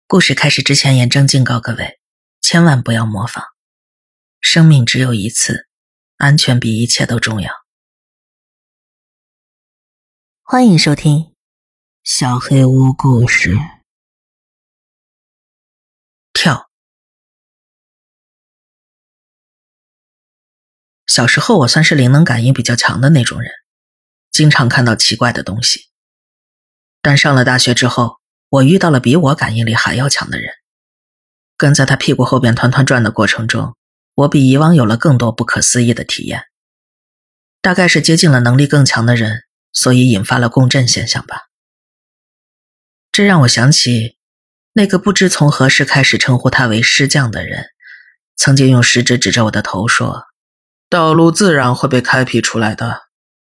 故事开始之前，严正警告各位，千万不要模仿。生命只有一次，安全比一切都重要。欢迎收听小黑屋故事。跳。小时候我算是灵能感应比较强的那种人，经常看到奇怪的东西。但上了大学之后，我遇到了比我感应力还要强的人。跟在他屁股后边团团转的过程中，我比以往有了更多不可思议的体验。大概是接近了能力更强的人，所以引发了共振现象吧。这让我想起那个不知从何时开始称呼他为师匠的人，曾经用食指指着我的头说，道路自然会被开辟出来的。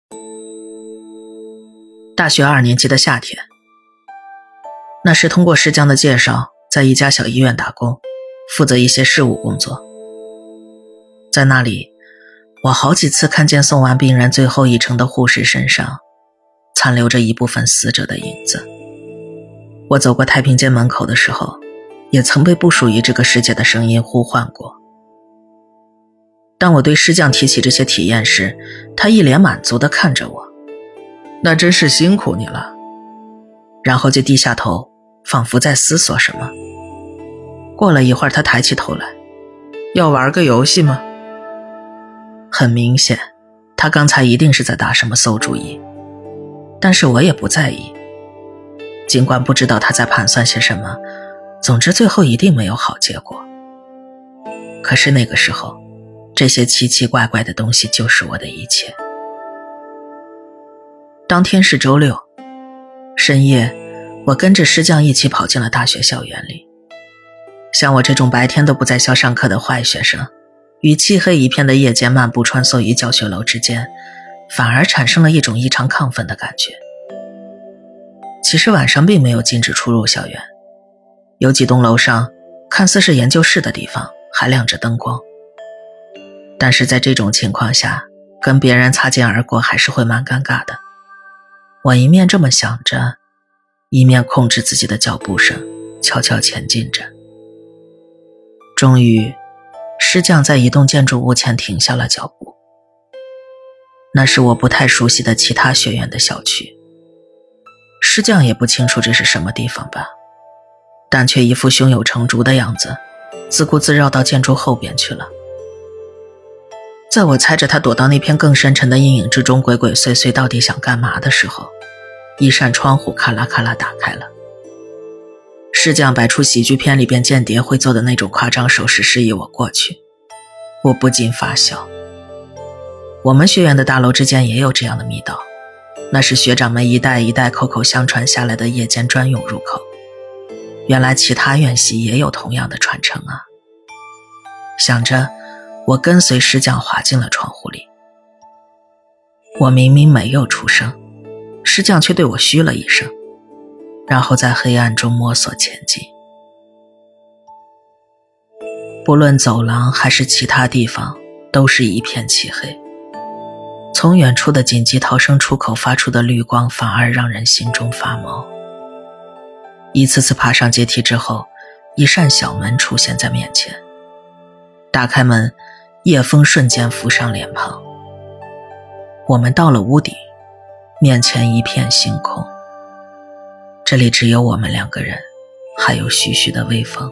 大学2年级的夏天，那时通过师匠的介绍，在一家小医院打工，负责一些事务工作。在那里，我好几次看见送完病人最后一程的护士身上残留着一部分死者的影子。我走过太平间门口的时候，也曾被不属于这个世界的声音呼唤过。当我对师匠提起这些体验时，他一脸满足地看着我，那真是辛苦你了。然后就低下头，仿佛在思索什么。过了一会儿，他抬起头来，要玩个游戏吗？很明显，他刚才一定是在打什么馊主意，但是我也不在意。尽管不知道他在盘算些什么，总之最后一定没有好结果。可是那个时候，这些奇奇怪怪的东西就是我的一切。当天是周六，深夜，我跟着师匠一起跑进了大学校园里。像我这种白天都不在校上课的坏学生，与漆黑一片的夜间漫步穿梭于教学楼之间，反而产生了一种异常亢奋的感觉。其实晚上并没有禁止出入校园，有几栋楼上看似是研究室的地方还亮着灯光。但是在这种情况下，跟别人擦肩而过还是会蛮尴尬的。我一面这么想着，一面控制自己的脚步声，悄悄前进着。终于，师匠在一栋建筑物前停下了脚步。那是我不太熟悉的其他学院的校区。师匠也不清楚这是什么地方吧，但却一副胸有成竹的样子，自顾自绕到建筑后边去了。在我猜着他躲到那片更深沉的阴影之中鬼鬼祟祟到底想干嘛的时候，一扇窗户咔啦咔啦打开了。师匠摆出喜剧片里边间谍会做的那种夸张手势示意我过去，我不禁发笑。我们学院的大楼之间也有这样的密道，那是学长们一代一代口口相传下来的夜间专用入口。原来其他院系也有同样的传承啊。想着，我跟随师匠滑进了窗户里。我明明没有出声，师匠却对我嘘了一声，然后在黑暗中摸索前进。不论走廊还是其他地方，都是一片漆黑。从远处的紧急逃生出口发出的绿光反而让人心中发毛。一次次爬上阶梯之后，一扇小门出现在面前。打开门，夜风瞬间浮上脸庞。我们到了屋顶，面前一片星空。这里只有我们2个人，还有徐徐的微风。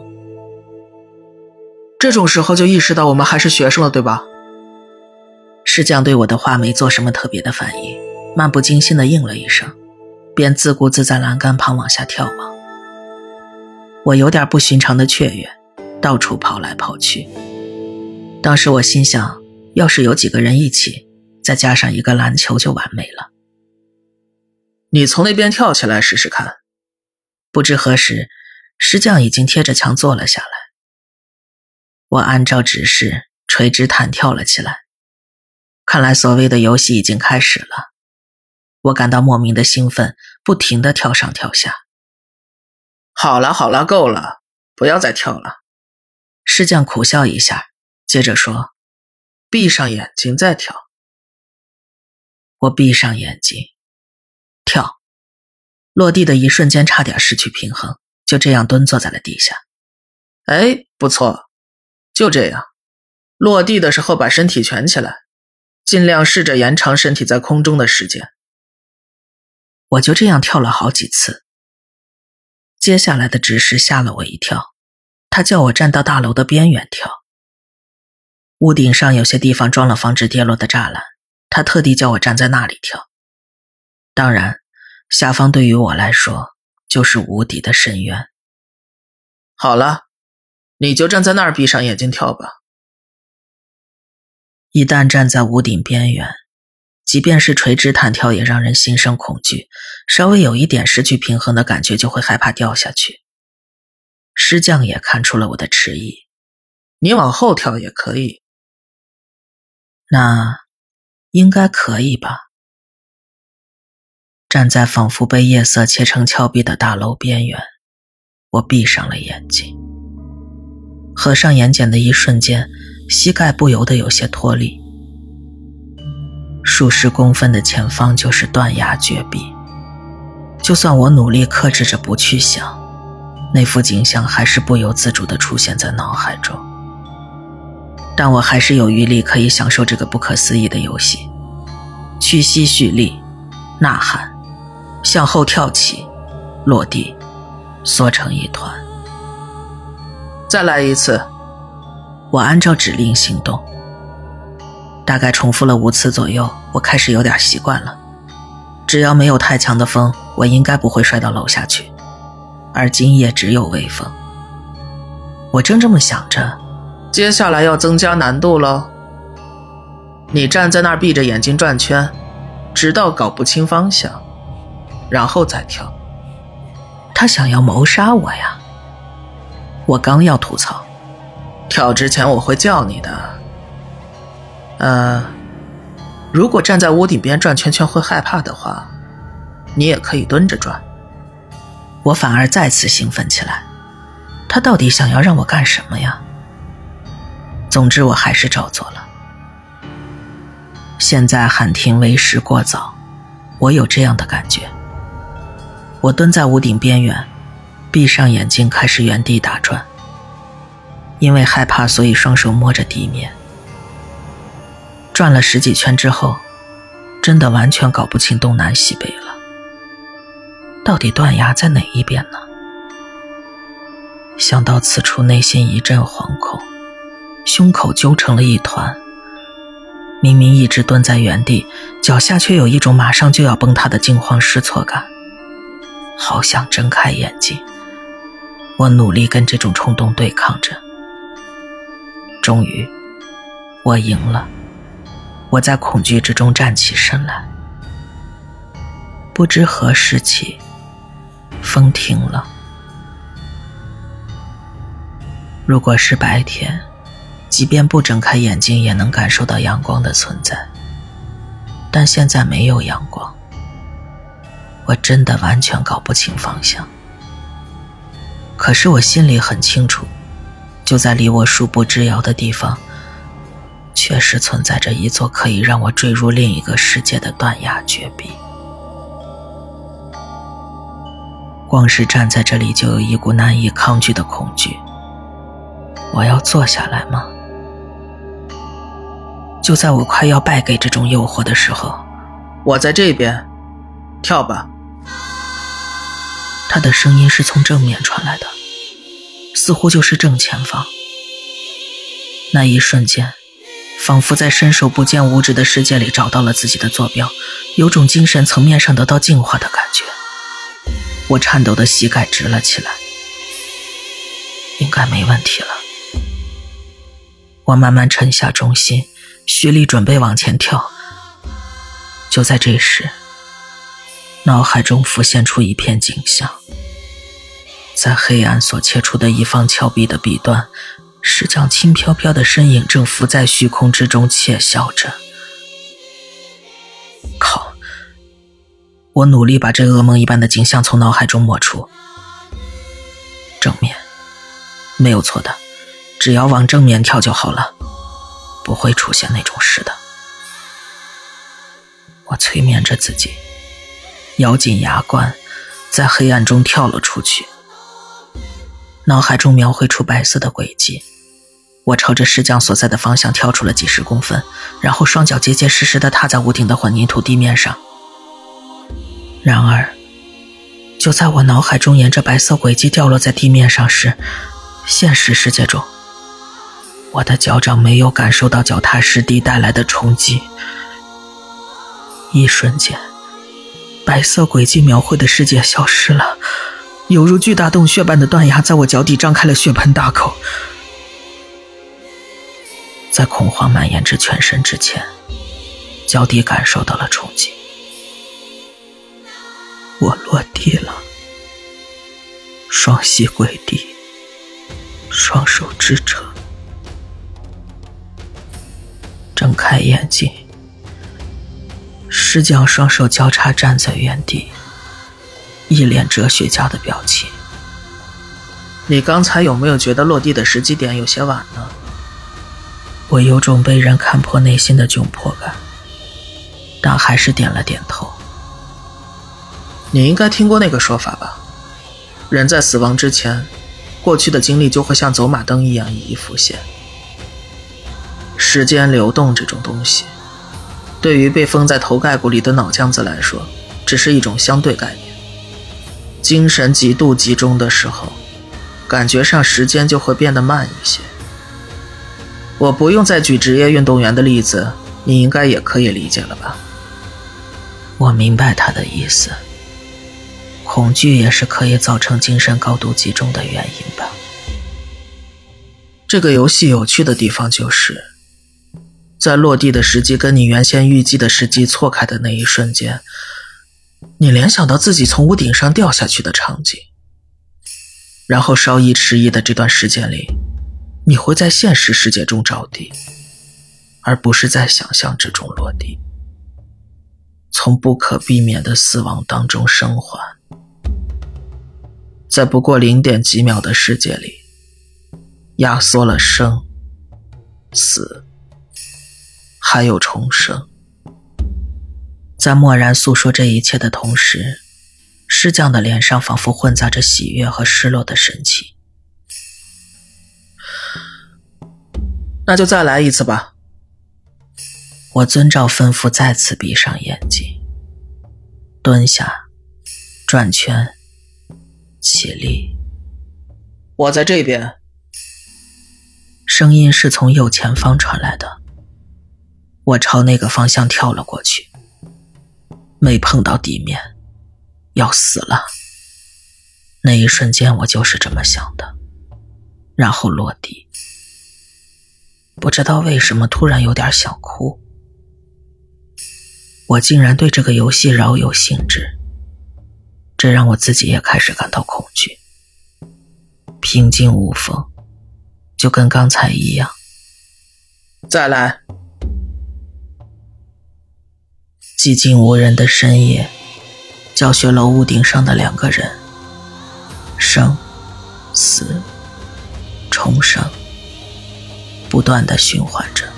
这种时候就意识到我们还是学生了，对吧？ 师匠对我的话没做什么特别的反应，漫不经心地应了一声，便自顾自在栏杆旁往下眺望。我有点不寻常的雀跃，到处跑来跑去。当时我心想，要是有几个人一起，再加上一个篮球就完美了。 你从那边跳起来试试看。 不知何时，师匠已经贴着墙坐了下来。我按照指示垂直弹跳了起来。看来所谓的游戏已经开始了。我感到莫名的兴奋，不停地跳上跳下。 好了好了，够了，不要再跳了。 师匠苦笑一下，接着说， 闭上眼睛再跳。 我闭上眼睛，跳。落地的一瞬间差点失去平衡， 就这样蹲坐在了地下。 哎，不错，就这样，落地的时候把身体蜷起来，尽量试着延长身体在空中的时间。 我就这样跳了好几次。接下来的指示吓了我一跳，他叫我站到大楼的边缘跳。屋顶上有些地方装了防止跌落的栅栏，他特地叫我站在那里跳。当然，下方对于我来说就是无底的深渊。 好了，你就站在那儿闭上眼睛跳吧。 一旦站在屋顶边缘，即便是垂直弹跳也让人心生恐惧，稍微有一点失去平衡的感觉就会害怕掉下去。师匠也看出了我的迟疑。 你往后跳也可以。 那应该可以吧。站在仿佛被夜色切成峭壁的大楼边缘，我闭上了眼睛。合上眼睑的一瞬间，膝盖不由得有些脱力。数十公分的前方就是断崖绝壁，就算我努力克制着不去想，那幅景象还是不由自主地出现在脑海中。但我还是有余力可以享受这个不可思议的游戏。屈膝蓄力，呐喊，向后跳起，落地，缩成一团。 再来一次。 我按照指令行动。大概重复了5次左右，我开始有点习惯了。只要没有太强的风，我应该不会摔到楼下去。而今夜只有微风。我正这么想着， 接下来要增加难度咯。你站在那儿闭着眼睛转圈，直到搞不清方向，然后再跳。 他想要谋杀我呀。我刚要吐槽， 跳之前我会叫你的。如果站在屋顶边转圈圈会害怕的话，你也可以蹲着转。 我反而再次兴奋起来。他到底想要让我干什么呀？总之我还是照做了。现在喊停为时过早，我有这样的感觉。我蹲在屋顶边缘，闭上眼睛开始原地打转。因为害怕，所以双手摸着地面。转了10几圈之后，真的完全搞不清东南西北了。到底断崖在哪一边呢？想到此处，内心一阵惶恐，胸口揪成了一团。明明一直蹲在原地，脚下却有一种马上就要崩塌的惊慌失措感。好想睁开眼睛，我努力跟这种冲动对抗着。终于，我赢了。我在恐惧之中站起身来。不知何时起，风停了。如果是白天，即便不睁开眼睛也能感受到阳光的存在。但现在没有阳光，我真的完全搞不清方向。可是我心里很清楚，就在离我数步之遥的地方，确实存在着一座可以让我坠入另一个世界的断崖绝壁。光是站在这里就有一股难以抗拒的恐惧。我要坐下来吗？就在我快要败给这种诱惑的时候， 我在这边，跳吧。 他的声音是从正面传来的，似乎就是正前方。那一瞬间，仿佛在伸手不见五指的世界里找到了自己的坐标，有种精神层面上得到净化的感觉。我颤抖的膝盖直了起来。应该没问题了。我慢慢沉下重心，蓄力准备往前跳。就在这时，脑海中浮现出一片景象。在黑暗所切出的一方峭壁的彼端，石匠轻飘飘的身影正浮在虚空之中窃笑着。靠！我努力把这噩梦一般的景象从脑海中抹除。正面，没有错的，只要往正面跳就好了，不会出现那种事的。我催眠着自己，咬紧牙关，在黑暗中跳了出去。 脑海中描绘出白色的轨迹。我朝着石匠所在的方向跳出了几十公分，然后双脚结结实实地踏在屋顶的混凝土地面上。然而，就在我脑海中沿着白色轨迹掉落在地面上时，现实世界中，我的脚掌没有感受到脚踏实地带来的冲击。一瞬间，白色轨迹描绘的世界消失了，犹如巨大洞穴般的断崖在我脚底张开了血盆大口。在恐慌蔓延至全身之前，脚底感受到了冲击。我落地了，双膝跪地，双手支撑，睁开眼睛，石匠双手交叉站在原地，一脸哲学家的表情。 你刚才有没有觉得落地的时机点有些晚呢？ 我有种被人看破内心的窘迫感，但还是点了点头。 你应该听过那个说法吧？人在死亡之前，过去的经历就会像走马灯一样一一浮现。时间流动这种东西，对于被封在头盖骨里的脑浆子来说，只是一种相对概念。精神极度集中的时候，感觉上时间就会变得慢一些。我不用再举职业运动员的例子，你应该也可以理解了吧？ 我明白他的意思，恐惧也是可以造成精神高度集中的原因吧。 这个游戏有趣的地方就是，在落地的时机跟你原先预计的时机错开的那一瞬间，你联想到自己从屋顶上掉下去的场景，然后稍一迟疑的这段时间里，你会在现实世界中着地，而不是在想象之中落地，从不可避免的死亡当中生还。在不过0点几秒的世界里，压缩了生、死，还有重生。 在默然诉说这一切的同时，石匠的脸上仿佛混杂着喜悦和失落的神情。 那就再来一次吧。 我遵照吩咐再次闭上眼睛，蹲下，转圈，起立。 我在这边。 声音是从右前方传来的，我朝那个方向跳了过去，没碰到地面，要死了。那一瞬间我就是这么想的，然后落地。不知道为什么突然有点想哭，我竟然对这个游戏饶有兴致，这让我自己也开始感到恐惧。平静无风，就跟刚才一样。 再来。 寂静无人的深夜，教学楼屋顶上的2个人，生、死、重生，不断地循环着。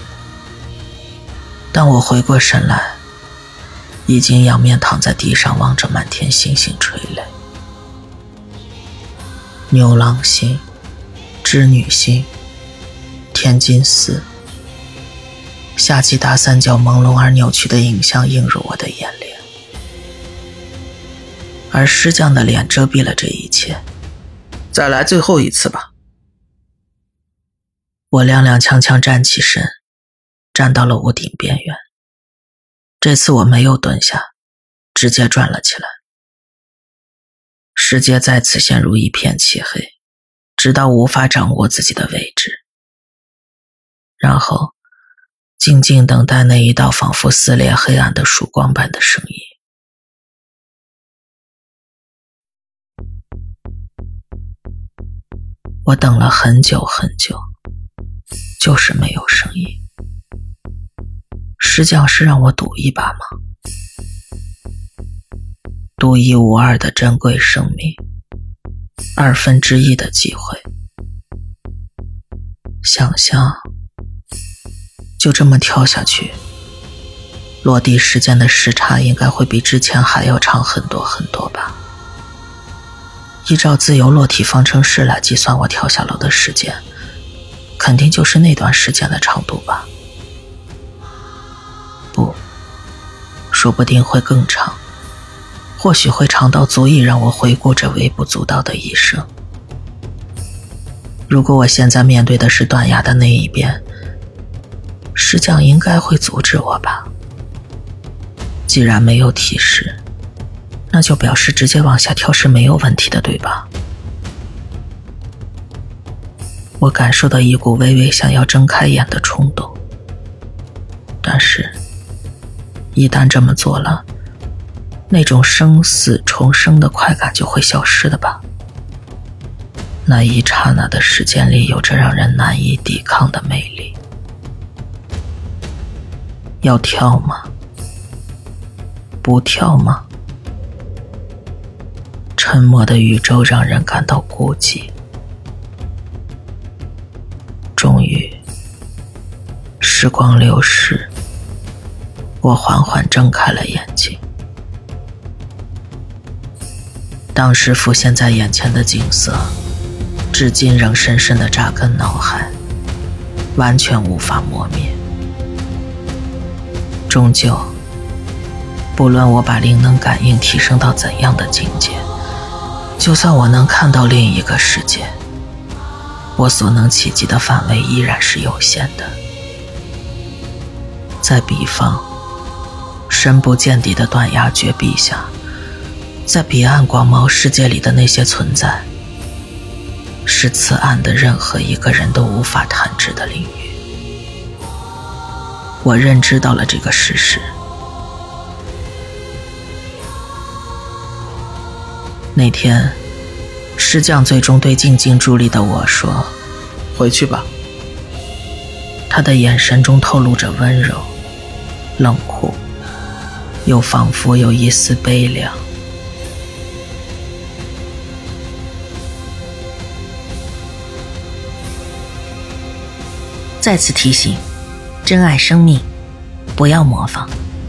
当我回过神来，已经仰面躺在地上，望着满天星星垂泪。牛郎星、织女星、天津寺，夏季大三角朦胧而扭曲的影像映入我的眼帘，而石匠的脸遮蔽了这一切。 再来最后一次吧。 我踉踉跄跄站起身，站到了屋顶边缘。这次我没有蹲下，直接转了起来。世界再次陷入一片漆黑，直到无法掌握自己的位置，然后静静等待那一道仿佛撕裂黑暗的曙光般的声音。我等了很久很久，就是没有声音。石匠是让我赌一把吗？独一无二的珍贵生命，1/2的机会。想象就这么跳下去，落地时间的时差应该会比之前还要长很多很多吧。 依照自由落体方程式来计算我跳下楼的时间，肯定就是那段时间的长度吧？不，说不定会更长，或许会长到足以让我回顾这微不足道的一生。如果我现在面对的是断崖的那一边，石匠应该会阻止我吧？既然没有提示，那就表示直接往下跳是没有问题的，对吧？我感受到一股微微想要睁开眼的冲动，但是一旦这么做了，那种生死重生的快感就会消失的吧？那一刹那的时间里有着让人难以抵抗的魅力。要跳吗？不跳吗？沉默的宇宙让人感到孤寂。终于，时光流逝，我缓缓睁开了眼睛。当时浮现在眼前的景色，至今仍深深地扎根脑海，完全无法磨灭。终究，不论我把灵能感应提升到怎样的境界，就算我能看到另一个世界，我所能企及的范围依然是有限的。在彼方，深不见底的断崖绝壁下，在彼岸广袤世界里的那些存在，是此岸的任何一个人都无法探知的领域。我认知到了这个事实。那天，石匠最终对静静伫立的我说：“ 回去吧。” 他的眼神中透露着温柔、冷酷，又仿佛有一丝悲凉。再次提醒，珍爱生命，不要模仿。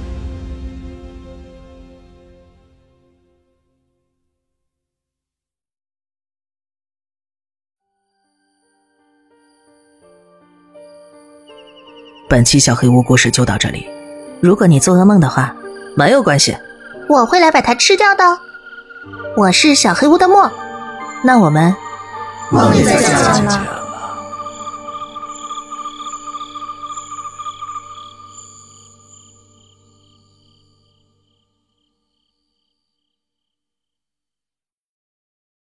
本期小黑屋故事就到这里，如果你做噩梦的话，没有关系， 我会来把它吃掉的。我是小黑屋的墨， 那我们梦里再见了。